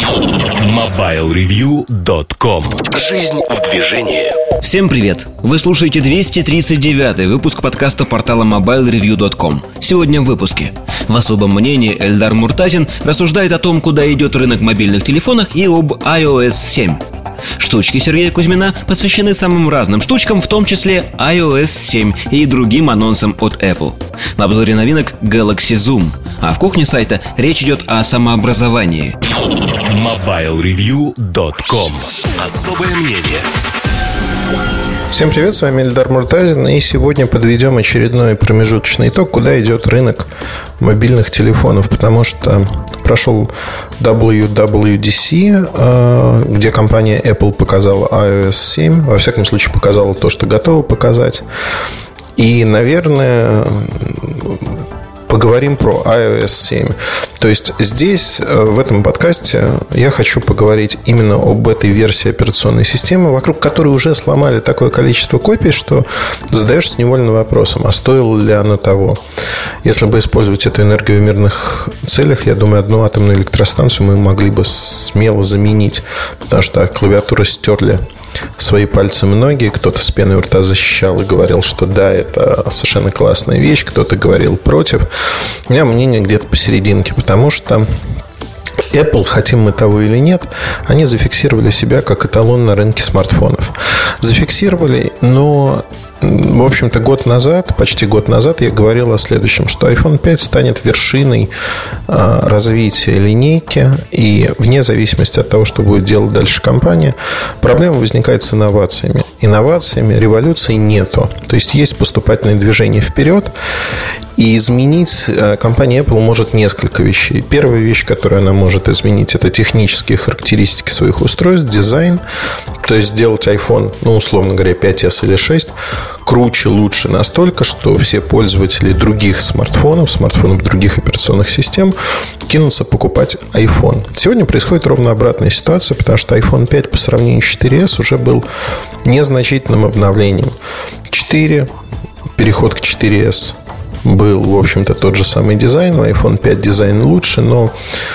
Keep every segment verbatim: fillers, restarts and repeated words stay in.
мобайл ревью точка ком. Жизнь в движении. Всем привет! Вы слушаете двести тридцать девятый выпуск подкаста портала мобайл ревью точка ком. Сегодня в выпуске. В особом мнении Эльдар Муртазин рассуждает о том, куда идет рынок мобильных телефонов, и об ай о эс семь. Штучки Сергея Кузьмина посвящены самым разным штучкам, в том числе ай о эс семь и другим анонсам от Apple. В обзоре новинок Galaxy Zoom. А в кухне сайта речь идет о самообразовании. мобайл ревью точка ком. Особое мнение. Всем привет, с вами Эльдар Муртазин. И сегодня подведем очередной промежуточный итог, куда идет рынок мобильных телефонов. Потому что прошел дабл ю дабл ю ди си, где компания Apple показала ай о эс семь. Во всяком случае, показала то, что готова показать. И, наверное, поговорим про ай о эс семь. То есть здесь, в этом подкасте, я хочу поговорить именно об этой версии операционной системы, вокруг которой уже сломали такое количество копий, что задаешься невольно вопросом, а стоило ли оно того. Если бы использовать эту энергию в мирных целях, я думаю, одну атомную электростанцию мы могли бы смело заменить, потому что клавиатуры стерли свои пальцы многие. Кто-то с пеной у рта защищал и говорил, что да, это совершенно классная вещь. Кто-то говорил против. У меня мнение где-то посерединке, потому что Apple, хотим мы того или нет, они зафиксировали себя как эталон на рынке смартфонов. Зафиксировали, но, в общем-то, год назад, почти год назад я говорил о следующем, что айфон пять станет вершиной а, развития линейки, и вне зависимости от того, что будет делать дальше компания, проблема возникает с инновациями. Инновациями революции нету. То есть есть поступательное движение вперед, и изменить компания Apple может несколько вещей. Первая вещь, которую она может изменить, это технические характеристики своих устройств, дизайн. То есть сделать iPhone, ну, условно говоря, пять эс или шесть круче, лучше настолько, что все пользователи других смартфонов, смартфонов других операционных систем кинутся покупать iPhone. Сегодня происходит ровно обратная ситуация, потому что айфон пять по сравнению с четыре эс уже был незначительным обновлением. четыре, переход к четыре эс был, в общем-то, тот же самый дизайн. У айфон пять дизайн лучше, но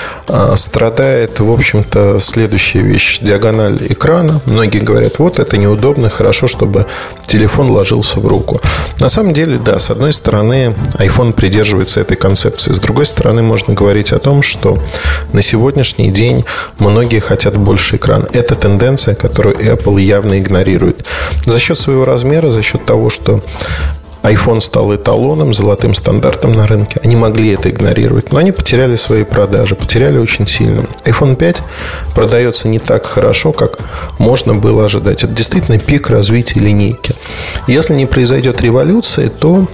а, страдает, в общем-то, следующая вещь. Диагональ экрана. Многие говорят, вот это неудобно, хорошо, чтобы телефон ложился в руку. На самом деле, да, с одной стороны, iPhone придерживается этой концепции. С другой стороны, можно говорить о том, что на сегодняшний день многие хотят больше экрана. Это тенденция, которую Apple явно игнорирует. За счет своего размера, за счет того, что iPhone стал эталоном, золотым стандартом на рынке. Они могли это игнорировать, но они потеряли свои продажи, потеряли очень сильно. айфон пять продается не так хорошо, как можно было ожидать. Это действительно пик развития линейки. Если не произойдет революции, то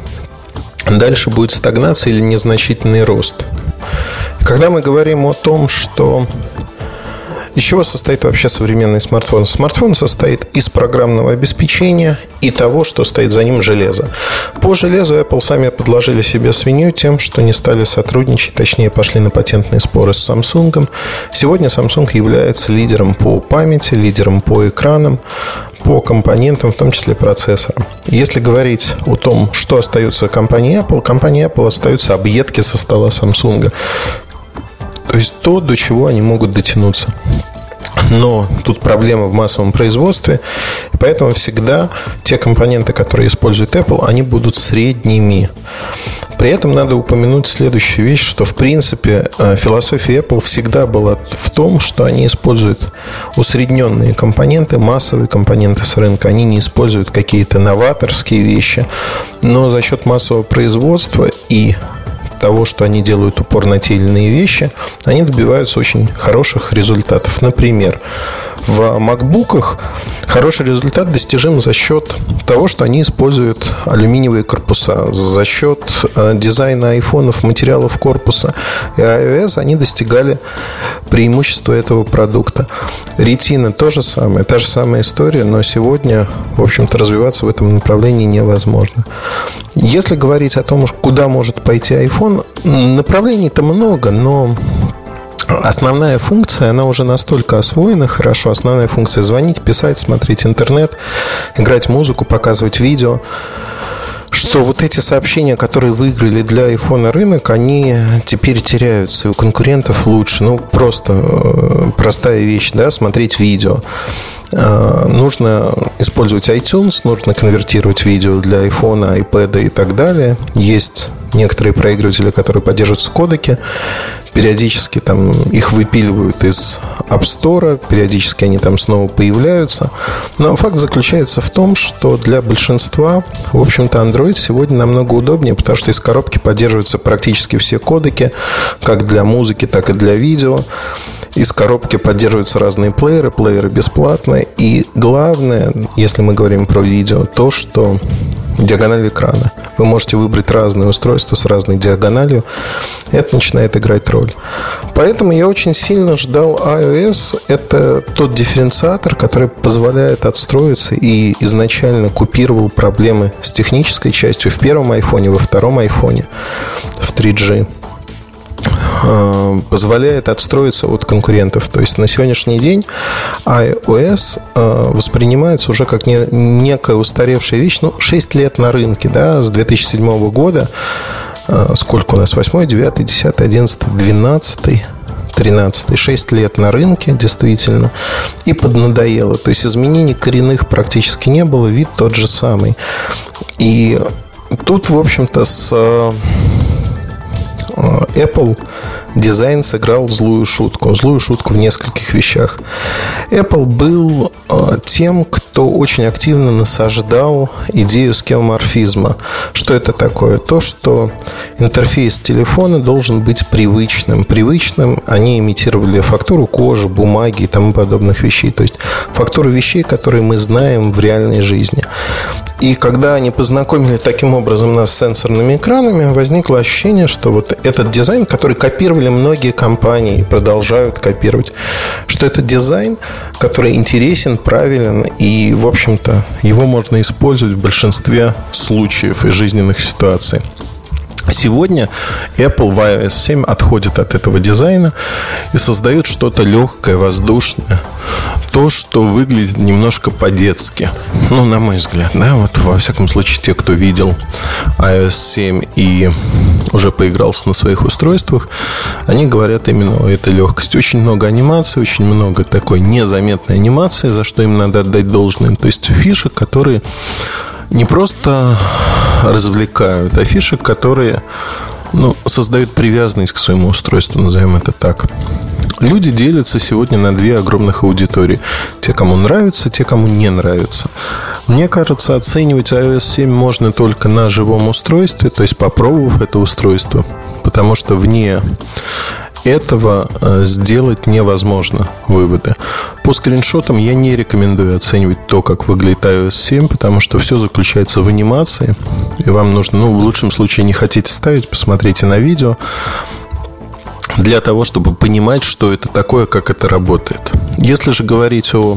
дальше будет стагнация или незначительный рост. Когда мы говорим о том, что из чего состоит вообще современный смартфон? Смартфон состоит из программного обеспечения и того, что стоит за ним железо. По железу Apple сами подложили себе свинью тем, что не стали сотрудничать, точнее пошли на патентные споры с Samsung. Сегодня Samsung является лидером по памяти, лидером по экранам, по компонентам, в том числе процессорам. Если говорить о том, что остается компанией Apple, компания Apple остаются объедки со стола Samsung. То есть то, до чего они могут дотянуться. Но тут проблема в массовом производстве, и поэтому всегда те компоненты, которые использует Apple, они будут средними. При этом надо упомянуть следующую вещь, что в принципе философия Apple всегда была в том, что они используют усредненные компоненты, массовые компоненты с рынка. Они не используют какие-то новаторские вещи, но за счет массового производства и того, что они делают упор на те или иные вещи, они добиваются очень хороших результатов. Например, в макбуках хороший результат достижим за счет того, что они используют алюминиевые корпуса, за счет дизайна айфонов, материалов корпуса и iOS они достигали преимущества этого продукта. Retina то же самое, та же самая история, но сегодня, в общем-то, развиваться в этом направлении невозможно. Если говорить о том, куда может пойти iPhone, направлений-то много, но основная функция, она уже настолько освоена хорошо. Основная функция — звонить, писать, смотреть интернет, играть музыку, показывать видео, что вот эти сообщения, которые выиграли для айфона рынок, они теперь теряются, и у конкурентов лучше. Ну, просто простая вещь, да, смотреть видео. Нужно использовать iTunes, нужно конвертировать видео для iPhone, iPad и так далее. Есть некоторые проигрыватели, которые поддерживаются кодеки. Периодически там их выпиливают из App Store, периодически они там снова появляются. Но факт заключается в том, что для большинства, в общем-то, Android сегодня намного удобнее, потому что из коробки поддерживаются практически все кодеки, как для музыки, так и для видео. Из коробки поддерживаются разные плееры, плееры бесплатные. И главное, если мы говорим про видео, то, что диагональ экрана. Вы можете выбрать разные устройства с разной диагональю. Это начинает играть роль. Поэтому я очень сильно ждал iOS. Это тот дифференциатор, который позволяет отстроиться и изначально купировал проблемы с технической частью в первом айфоне, во втором айфоне, в три джи. Позволяет отстроиться от конкурентов. То есть на сегодняшний день iOS воспринимается уже как некая устаревшая вещь. Ну, шесть лет на рынке, да, с две тысячи седьмого года. Сколько у нас? восьмой, девятый, десятый, одиннадцатый, двенадцатый, тринадцатый. шесть лет на рынке, действительно. И поднадоело. То есть изменений коренных практически не было. Вид тот же самый. И тут, в общем-то, с Apple дизайн сыграл злую шутку. Злую шутку в нескольких вещах. Apple был тем, кто очень активно насаждал идею скеоморфизма. Что это такое? То, что интерфейс телефона должен быть привычным. Привычным они имитировали фактуру кожи, бумаги и тому подобных вещей. То есть фактуру вещей, которые мы знаем в реальной жизни. И когда они познакомили таким образом нас с сенсорными экранами, возникло ощущение, что вот этот дизайн, который копировали многие компании и продолжают копировать, что это дизайн, который интересен, правилен, и, в общем-то, его можно использовать в большинстве случаев и жизненных ситуаций. Сегодня Apple в ай о эс семь отходит от этого дизайна и создает что-то легкое, воздушное. То, что выглядит немножко по-детски. Ну, на мой взгляд, да, вот во всяком случае, те, кто видел ай о эс семь и уже поигрался на своих устройствах, они говорят именно о этой легкости. Очень много анимации, очень много такой незаметной анимации, за что им надо отдать должное. То есть фишек, которые не просто развлекают, а фишек, которые, ну, создают привязанность к своему устройству, назовем это так. Люди делятся сегодня на две огромных аудитории. Те, кому нравится, те, кому не нравится. Мне кажется, оценивать ай о эс семь можно только на живом устройстве, то есть попробовав это устройство, потому что вне этого сделать невозможно выводы. По скриншотам я не рекомендую оценивать то, как выглядит ай о эс семь, потому что все заключается в анимации. И вам нужно, ну, в лучшем случае не хотите ставить, посмотрите на видео, для того, чтобы понимать, что это такое, как это работает. Если же говорить о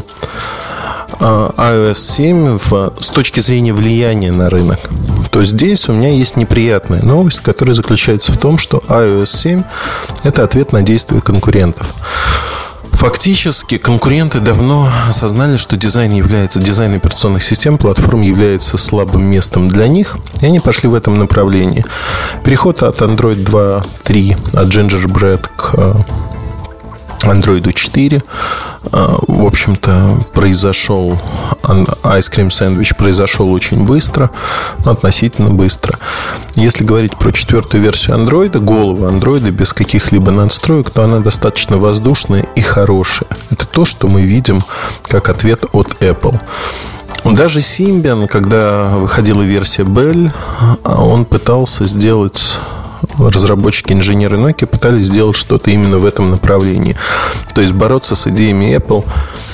ай о эс семь в, с точки зрения влияния на рынок, то здесь у меня есть неприятная новость, которая заключается в том, что ай о эс семь – это ответ на действия конкурентов. Фактически конкуренты давно осознали, что дизайн является, дизайн операционных систем, платформ является слабым местом для них, и они пошли в этом направлении. Переход от Android два точка три, от Gingerbread к Android четыре, в общем-то, произошел, Ice Cream Sandwich произошел очень быстро, но относительно быстро. Если говорить про четвертую версию Android, голову Android без каких-либо надстроек, то она достаточно воздушная и хорошая. Это то, что мы видим как ответ от Apple. Даже Symbian, когда выходила версия Bell, он пытался сделать... Разработчики, инженеры Nokia пытались сделать что-то именно в этом направлении. То есть бороться с идеями Apple,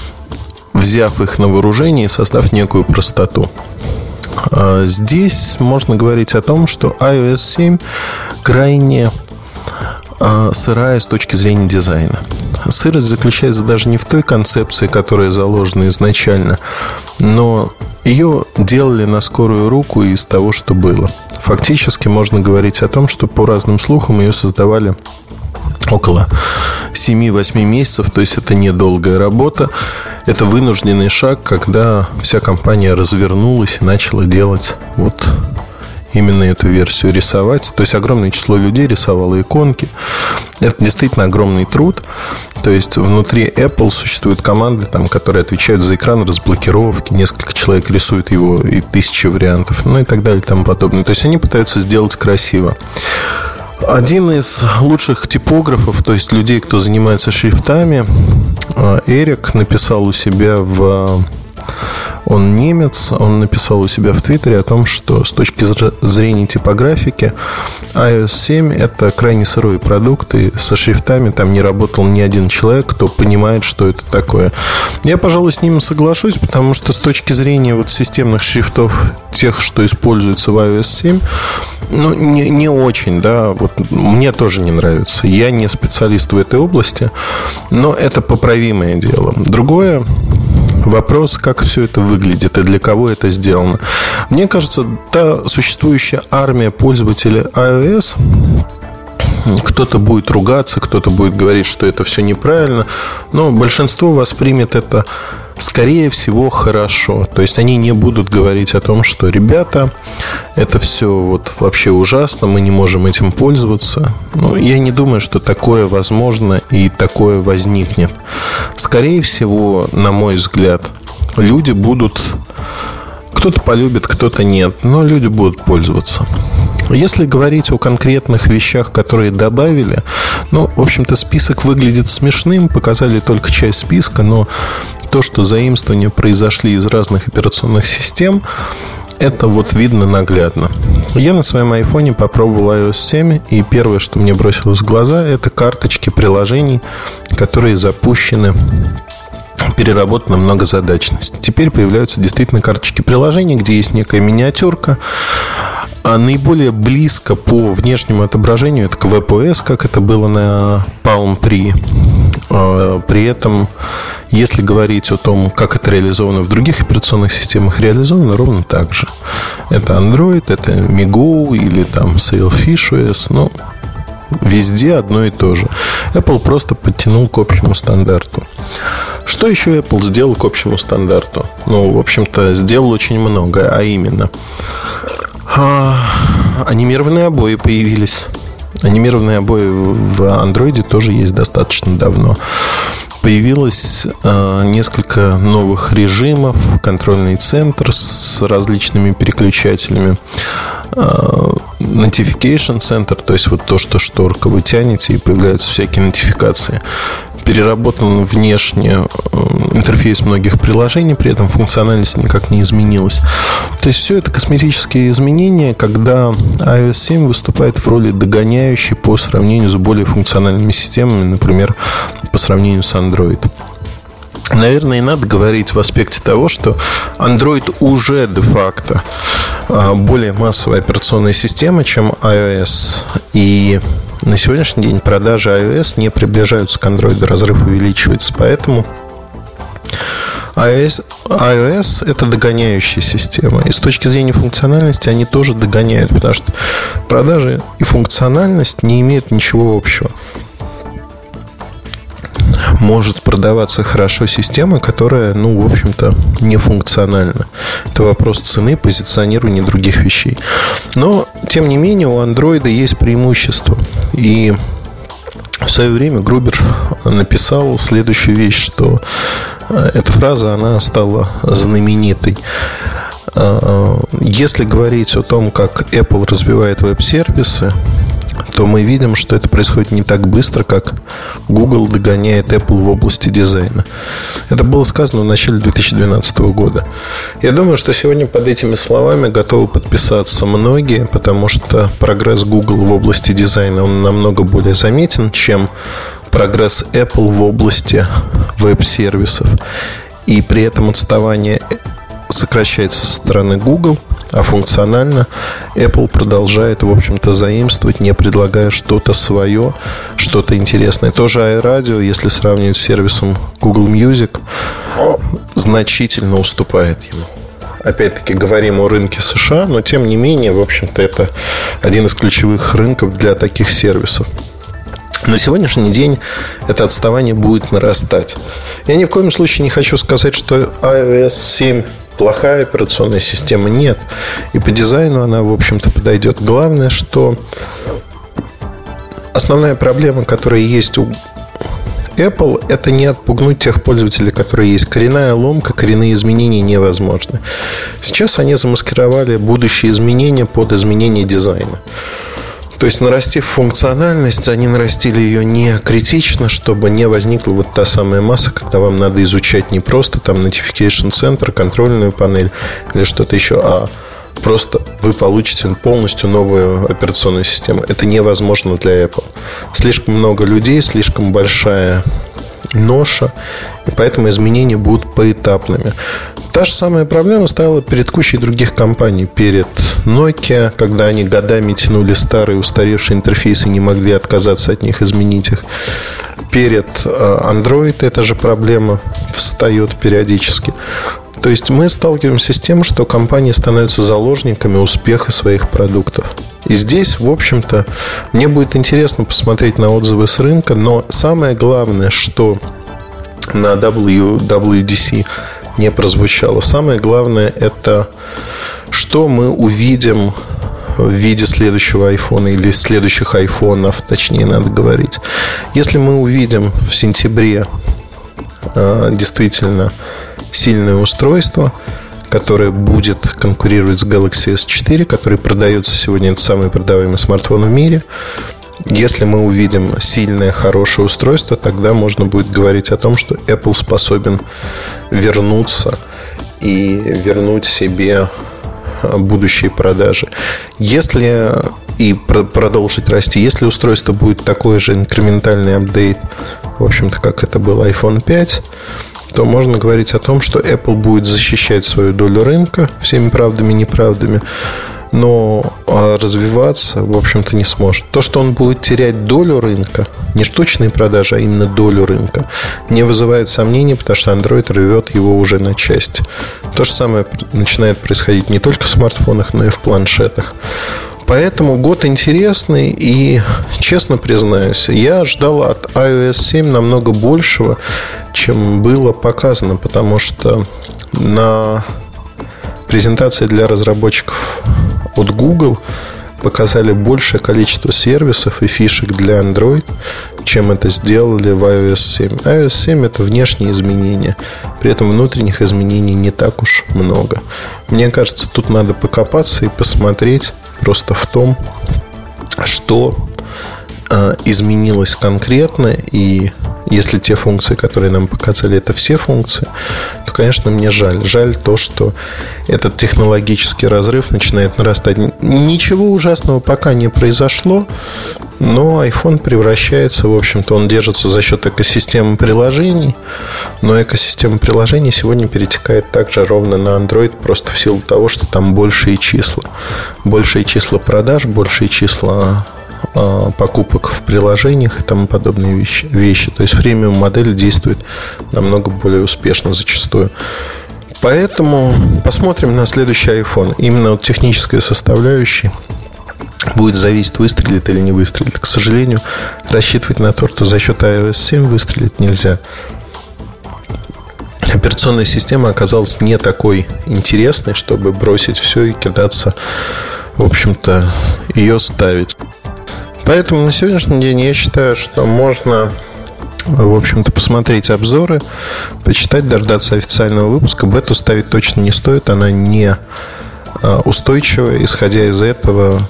взяв их на вооружение и создав некую простоту. Здесь можно говорить о том, что ай о эс семь крайне сырая с точки зрения дизайна. Сырость заключается даже не в той концепции, которая заложена изначально, но ее делали на скорую руку из того, что было. Фактически можно говорить о том, что по разным слухам ее создавали около семь-восемь месяцев. То есть это недолгая работа. Это вынужденный шаг, когда вся компания развернулась и начала делать вот именно эту версию рисовать. То есть огромное число людей рисовало иконки. Это действительно огромный труд. То есть внутри Apple существуют команды, там, которые отвечают за экран разблокировки. Несколько человек рисуют его, и тысячи вариантов, ну и так далее и тому подобное. То есть они пытаются сделать красиво. Один из лучших типографов, то есть людей, кто занимается шрифтами, Эрик, написал у себя в... Он немец, он написал у себя в Твиттере о том, что с точки зрения типографики ай о эс семь это крайне сырой продукт, и со шрифтами там не работал ни один человек, кто понимает, что это такое. Я, пожалуй, с ним соглашусь, потому что с точки зрения вот системных шрифтов, тех, что используются в ай о эс семь, ну, не, не очень, да, вот мне тоже не нравится. Я не специалист в этой области, но это поправимое дело. Другое вопрос, как все это выглядит и для кого это сделано. Мне кажется, та существующая армия пользователей iOS, кто-то будет ругаться, кто-то будет говорить, что это все неправильно, но большинство воспримет это, скорее всего, хорошо. То есть они не будут говорить о том, что, ребята, это все вот вообще ужасно, мы не можем этим пользоваться. Но я не думаю, что такое возможно и такое возникнет. Скорее всего, на мой взгляд, люди будут... Кто-то полюбит, кто-то нет, но люди будут пользоваться. Если говорить о конкретных вещах, которые добавили, ну, в общем-то, список выглядит смешным, показали только часть списка, но то, что заимствования произошли из разных операционных систем, это вот видно наглядно. Я на своем айфоне попробовал ай о эс семь, и первое, что мне бросилось в глаза, это карточки приложений, которые запущены, переработана многозадачность. Теперь появляются действительно карточки приложений, где есть некая миниатюрка. А наиболее близко по внешнему отображению это к веб-о эс, как это было на Palm три. При этом, если говорить о том, как это реализовано в других операционных системах, реализовано ровно так же. Это Android, это MeGo или там Sailfish о эс, ну, везде одно и то же. Apple просто подтянул к общему стандарту. Что еще Apple сделал к общему стандарту? Ну, в общем-то, сделал очень много, а именно а, анимированные обои появились. Анимированные обои в Android тоже есть достаточно давно. Появилось э, несколько новых режимов, контрольный центр с различными переключателями, э, notification центр, то есть вот то, что шторка вы тянете и появляются всякие нотификации. Переработан внешне интерфейс многих приложений, при этом функциональность никак не изменилась. То есть все это косметические изменения, когда ай о эс семь выступает в роли догоняющей по сравнению с более функциональными системами, например, по сравнению с Android. Наверное, и надо говорить в аспекте того, что Android уже де-факто более массовая операционная система, чем iOS. И на сегодняшний день продажи iOS не приближаются к Android, разрыв увеличивается. Поэтому iOS, iOS это догоняющая система. И с точки зрения функциональности они тоже догоняют, потому что продажи и функциональность не имеют ничего общего. Может продаваться хорошо система, которая, ну, в общем-то, не функциональна. Это вопрос цены, позиционирования других вещей. Но, тем не менее, у Android есть преимущество. И в свое время Грубер написал следующую вещь, что эта фраза, она стала знаменитой. Если говорить о том, как Apple развивает веб-сервисы, то мы видим, что это происходит не так быстро, как Google догоняет Apple в области дизайна. Это было сказано в начале две тысячи двенадцатого года. Я думаю, что сегодня под этими словами готовы подписаться многие, потому что прогресс Google в области дизайна, он намного более заметен, чем прогресс Apple в области веб-сервисов. И при этом отставание сокращается со стороны Google, а функционально Apple продолжает, в общем-то, заимствовать, не предлагая что-то свое, что-то интересное. Тоже iRadio, если сравнивать с сервисом Google Music, значительно уступает ему. Опять-таки говорим о рынке США, но тем не менее, в общем-то, это один из ключевых рынков для таких сервисов. На сегодняшний день это отставание будет нарастать. Я ни в коем случае не хочу сказать, что iOS семь плохая операционная система. Нет. И по дизайну она, в общем-то, подойдет. Главное, что основная проблема, которая есть у Apple, это не отпугнуть тех пользователей, которые есть. Коренная ломка, коренные изменения невозможны. Сейчас они замаскировали будущие изменения под изменение дизайна. То есть, нарастив функциональность, они нарастили ее не критично, чтобы не возникла вот та самая масса, когда вам надо изучать не просто там Notification Center, контрольную панель или что-то еще, а просто вы получите полностью новую операционную систему. Это невозможно для Apple. Слишком много людей, слишком большая ноша, и поэтому изменения будут поэтапными. Та же самая проблема стала перед кучей других компаний. Перед Nokia, когда они годами тянули старые устаревшие интерфейсы и не могли отказаться от них, изменить их. Перед Android эта же проблема встает периодически. То есть мы сталкиваемся с тем, что компании становятся заложниками успеха своих продуктов. И здесь, в общем-то, мне будет интересно посмотреть на отзывы с рынка. Но самое главное, что на дабл ю дабл ю ди си не прозвучало, самое главное, это что мы увидим в виде следующего айфона или следующих айфонов, точнее надо говорить. Если мы увидим в сентябре э, действительно сильное устройство, которое будет конкурировать с Galaxy эс четыре, который продается сегодня, это самый продаваемый смартфон в мире. Если мы увидим сильное, хорошее устройство, тогда можно будет говорить о том, что Apple способен вернуться и вернуть себе будущие продажи. Если и продолжить расти, если устройство будет такой же инкрементальный апдейт, в общем-то, как это был айфон пять, то можно говорить о том, что Apple будет защищать свою долю рынка всеми правдами и неправдами, но развиваться, в общем-то, не сможет. То, что он будет терять долю рынка, не штучные продажи, а именно долю рынка, не вызывает сомнений, потому что Android рвет его уже на части. То же самое начинает происходить не только в смартфонах, но и в планшетах. Поэтому год интересный, и, честно признаюсь, я ждал от ай О Эс семь намного большего, чем было показано, потому что на презентации для разработчиков от Google показали большее количество сервисов и фишек для Android, чем это сделали в ай О Эс семь. ай О Эс семь – это внешние изменения, при этом внутренних изменений не так уж много. Мне кажется, тут надо покопаться и посмотреть просто в том, что э, изменилось конкретно. И если те функции, которые нам показали, это все функции, то, конечно, мне жаль. Жаль то, что этот технологический разрыв начинает нарастать. Ничего ужасного пока не произошло, но iPhone превращается, в общем-то, он держится за счет экосистемы приложений. Но экосистема приложений сегодня перетекает также ровно на Android, просто в силу того, что там большие числа. Большие числа продаж, большие числа покупок в приложениях и тому подобные вещи, вещи. То есть премиум модель действует намного более успешно зачастую. Поэтому посмотрим на следующий iPhone. Именно от технической составляющей будет зависеть, выстрелит или не выстрелит. К сожалению, рассчитывать на то, что за счет ай О Эс семь выстрелит, нельзя. Операционная система оказалась не такой интересной, чтобы бросить все и кидаться, в общем-то, ее ставить. Поэтому на сегодняшний день я считаю, что можно, в общем-то, посмотреть обзоры, почитать, дождаться официального выпуска. Бету ставить точно не стоит, она не устойчивая. Исходя из этого,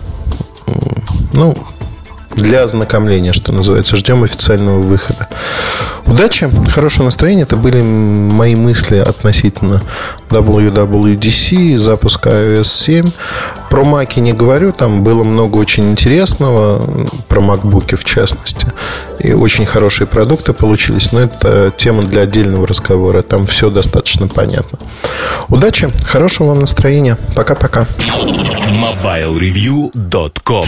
ну, для ознакомления, что называется, ждем официального выхода. Удачи, хорошего настроения. Это были мои мысли относительно дабл ю дабл ю ди си, запуска ай О Эс семь. Про Mac не говорю, там было много очень интересного, про MacBook в частности. И очень хорошие продукты получились, но это тема для отдельного разговора. Там все достаточно понятно. Удачи, хорошего вам настроения. Пока-пока. мобайл ревью точка ком